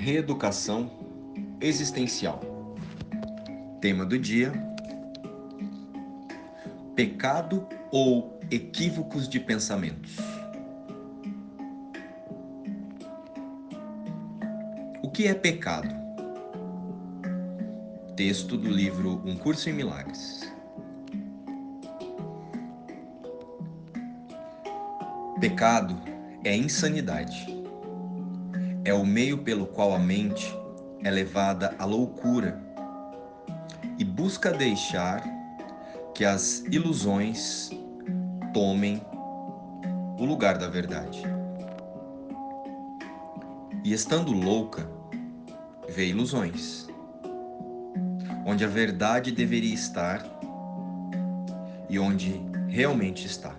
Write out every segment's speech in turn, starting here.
Reeducação existencial. Tema do dia: pecado ou equívocos de pensamentos. O que é pecado? Texto do livro Um Curso em Milagres. Pecado é insanidade. É o meio pelo qual a mente é levada à loucura e busca deixar que as ilusões tomem o lugar da verdade. E estando louca, vê ilusões, onde a verdade deveria estar e onde realmente está.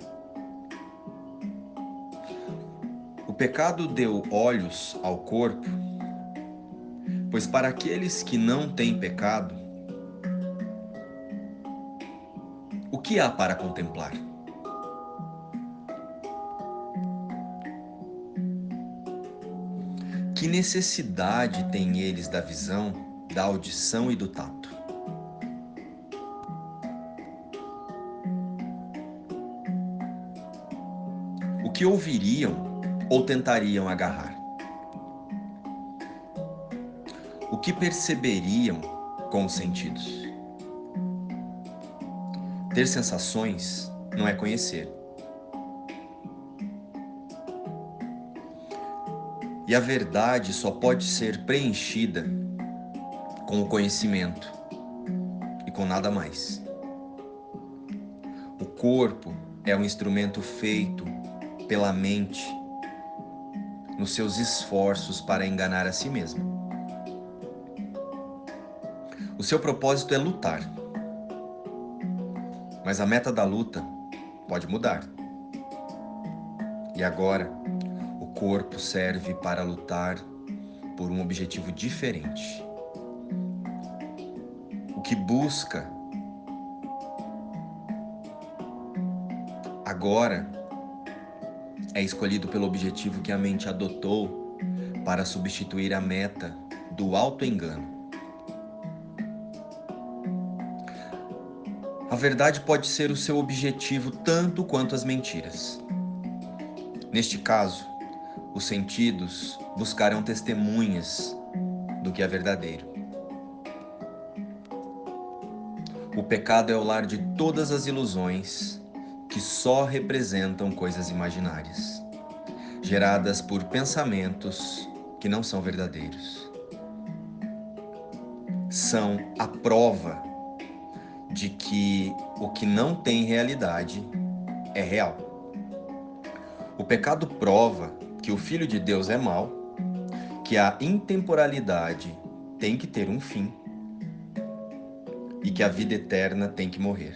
O pecado deu olhos ao corpo, pois para aqueles que não têm pecado, o que há para contemplar? Que necessidade têm eles da visão, da audição e do tato? O que ouviriam ou tentariam agarrar? O que perceberiam com os sentidos? Ter sensações não é conhecer. E a verdade só pode ser preenchida com o conhecimento e com nada mais. O corpo é um instrumento feito pela mente nos seus esforços para enganar a si mesma. O seu propósito é lutar, mas a meta da luta pode mudar. E agora, o corpo serve para lutar por um objetivo diferente. O que busca agora é escolhido pelo objetivo que a mente adotou para substituir a meta do auto-engano. A verdade pode ser o seu objetivo tanto quanto as mentiras. Neste caso, os sentidos buscarão testemunhas do que é verdadeiro. O pecado é o lar de todas as ilusões que só representam coisas imaginárias, geradas por pensamentos que não são verdadeiros. São a prova de que o que não tem realidade é real. O pecado prova que o Filho de Deus é mau, que a intemporalidade tem que ter um fim e que a vida eterna tem que morrer.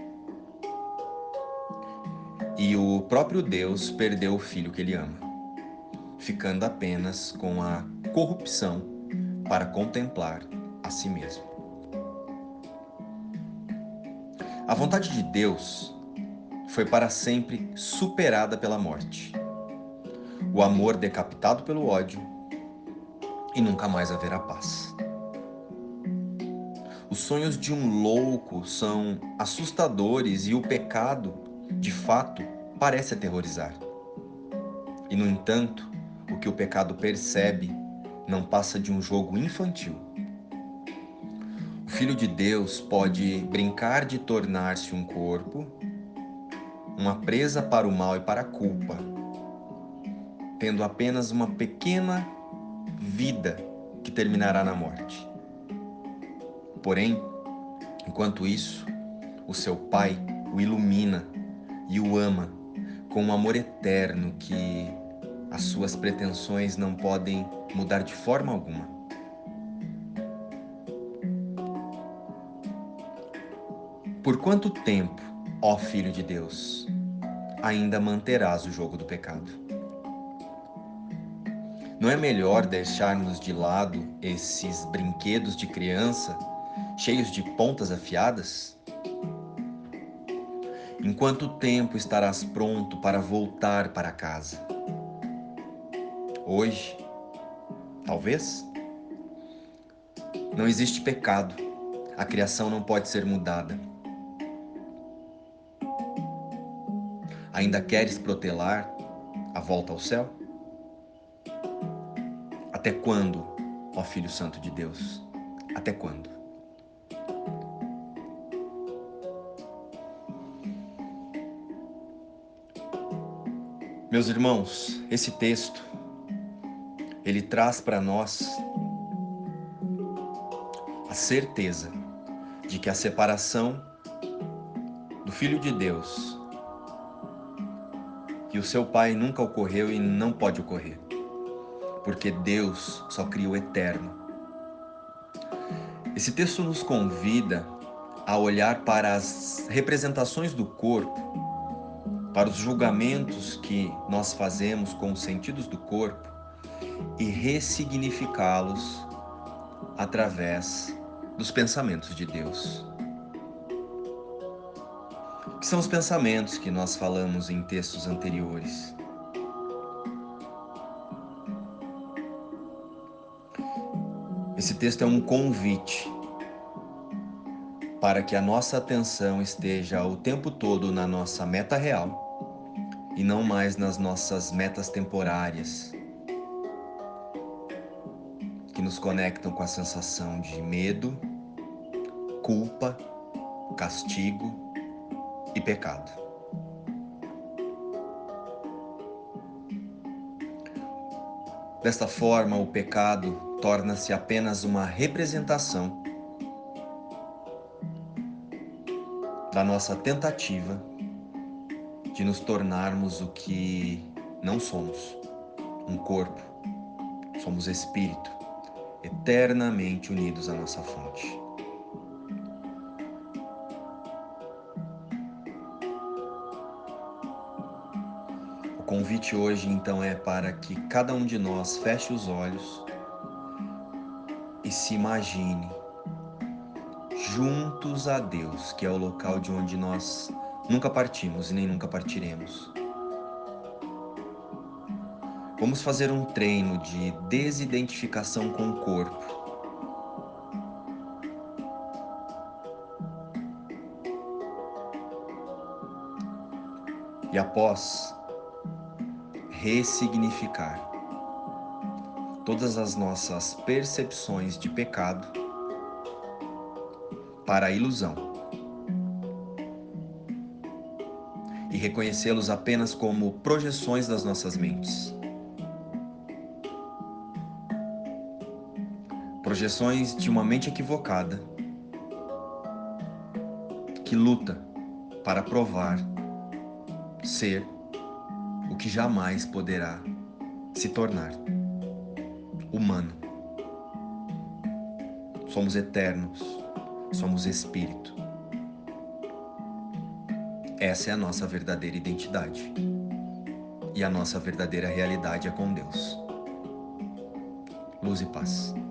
E o próprio Deus perdeu o Filho que ele ama, ficando apenas com a corrupção para contemplar a si mesmo. A vontade de Deus foi para sempre superada pela morte. O amor decapitado pelo ódio e nunca mais haverá paz. Os sonhos de um louco são assustadores e o pecado, de fato, parece aterrorizar. E, no entanto, o que o pecado percebe não passa de um jogo infantil. O Filho de Deus pode brincar de tornar-se um corpo, uma presa para o mal e para a culpa, tendo apenas uma pequena vida que terminará na morte. Porém, enquanto isso, o seu Pai o ilumina e o ama com um amor eterno que as suas pretensões não podem mudar de forma alguma. Por quanto tempo, ó Filho de Deus, ainda manterás o jogo do pecado? Não é melhor deixarmos de lado esses brinquedos de criança cheios de pontas afiadas? Em quanto tempo estarás pronto para voltar para casa? Hoje? Talvez? Não existe pecado. A criação não pode ser mudada. Ainda queres protelar a volta ao céu? Até quando, ó Filho Santo de Deus? Até quando? Meus irmãos, esse texto, ele traz para nós a certeza de que a separação do Filho de Deus e o seu Pai nunca ocorreu e não pode ocorrer, porque Deus só cria o eterno. Esse texto nos convida a olhar para as representações do corpo, para os julgamentos que nós fazemos com os sentidos do corpo e ressignificá-los através dos pensamentos de Deus. Que são os pensamentos que nós falamos em textos anteriores. Esse texto é um convite para que a nossa atenção esteja o tempo todo na nossa meta real e não mais nas nossas metas temporárias, que nos conectam com a sensação de medo, culpa, castigo e pecado. Desta forma, o pecado torna-se apenas uma representação da nossa tentativa de nos tornarmos o que não somos, um corpo. Somos espírito, eternamente unidos à nossa fonte. O convite hoje, então, é para que cada um de nós feche os olhos e se imagine juntos a Deus, que é o local de onde nós nunca partimos e nem nunca partiremos. Vamos fazer um treino de desidentificação com o corpo. E após ressignificar todas as nossas percepções de pecado para a ilusão e reconhecê-los apenas como projeções das nossas mentes. Projeções de uma mente equivocada que luta para provar ser o que jamais poderá se tornar: humano. Somos eternos, somos espírito. Essa é a nossa verdadeira identidade. E a nossa verdadeira realidade é com Deus. Luz e paz.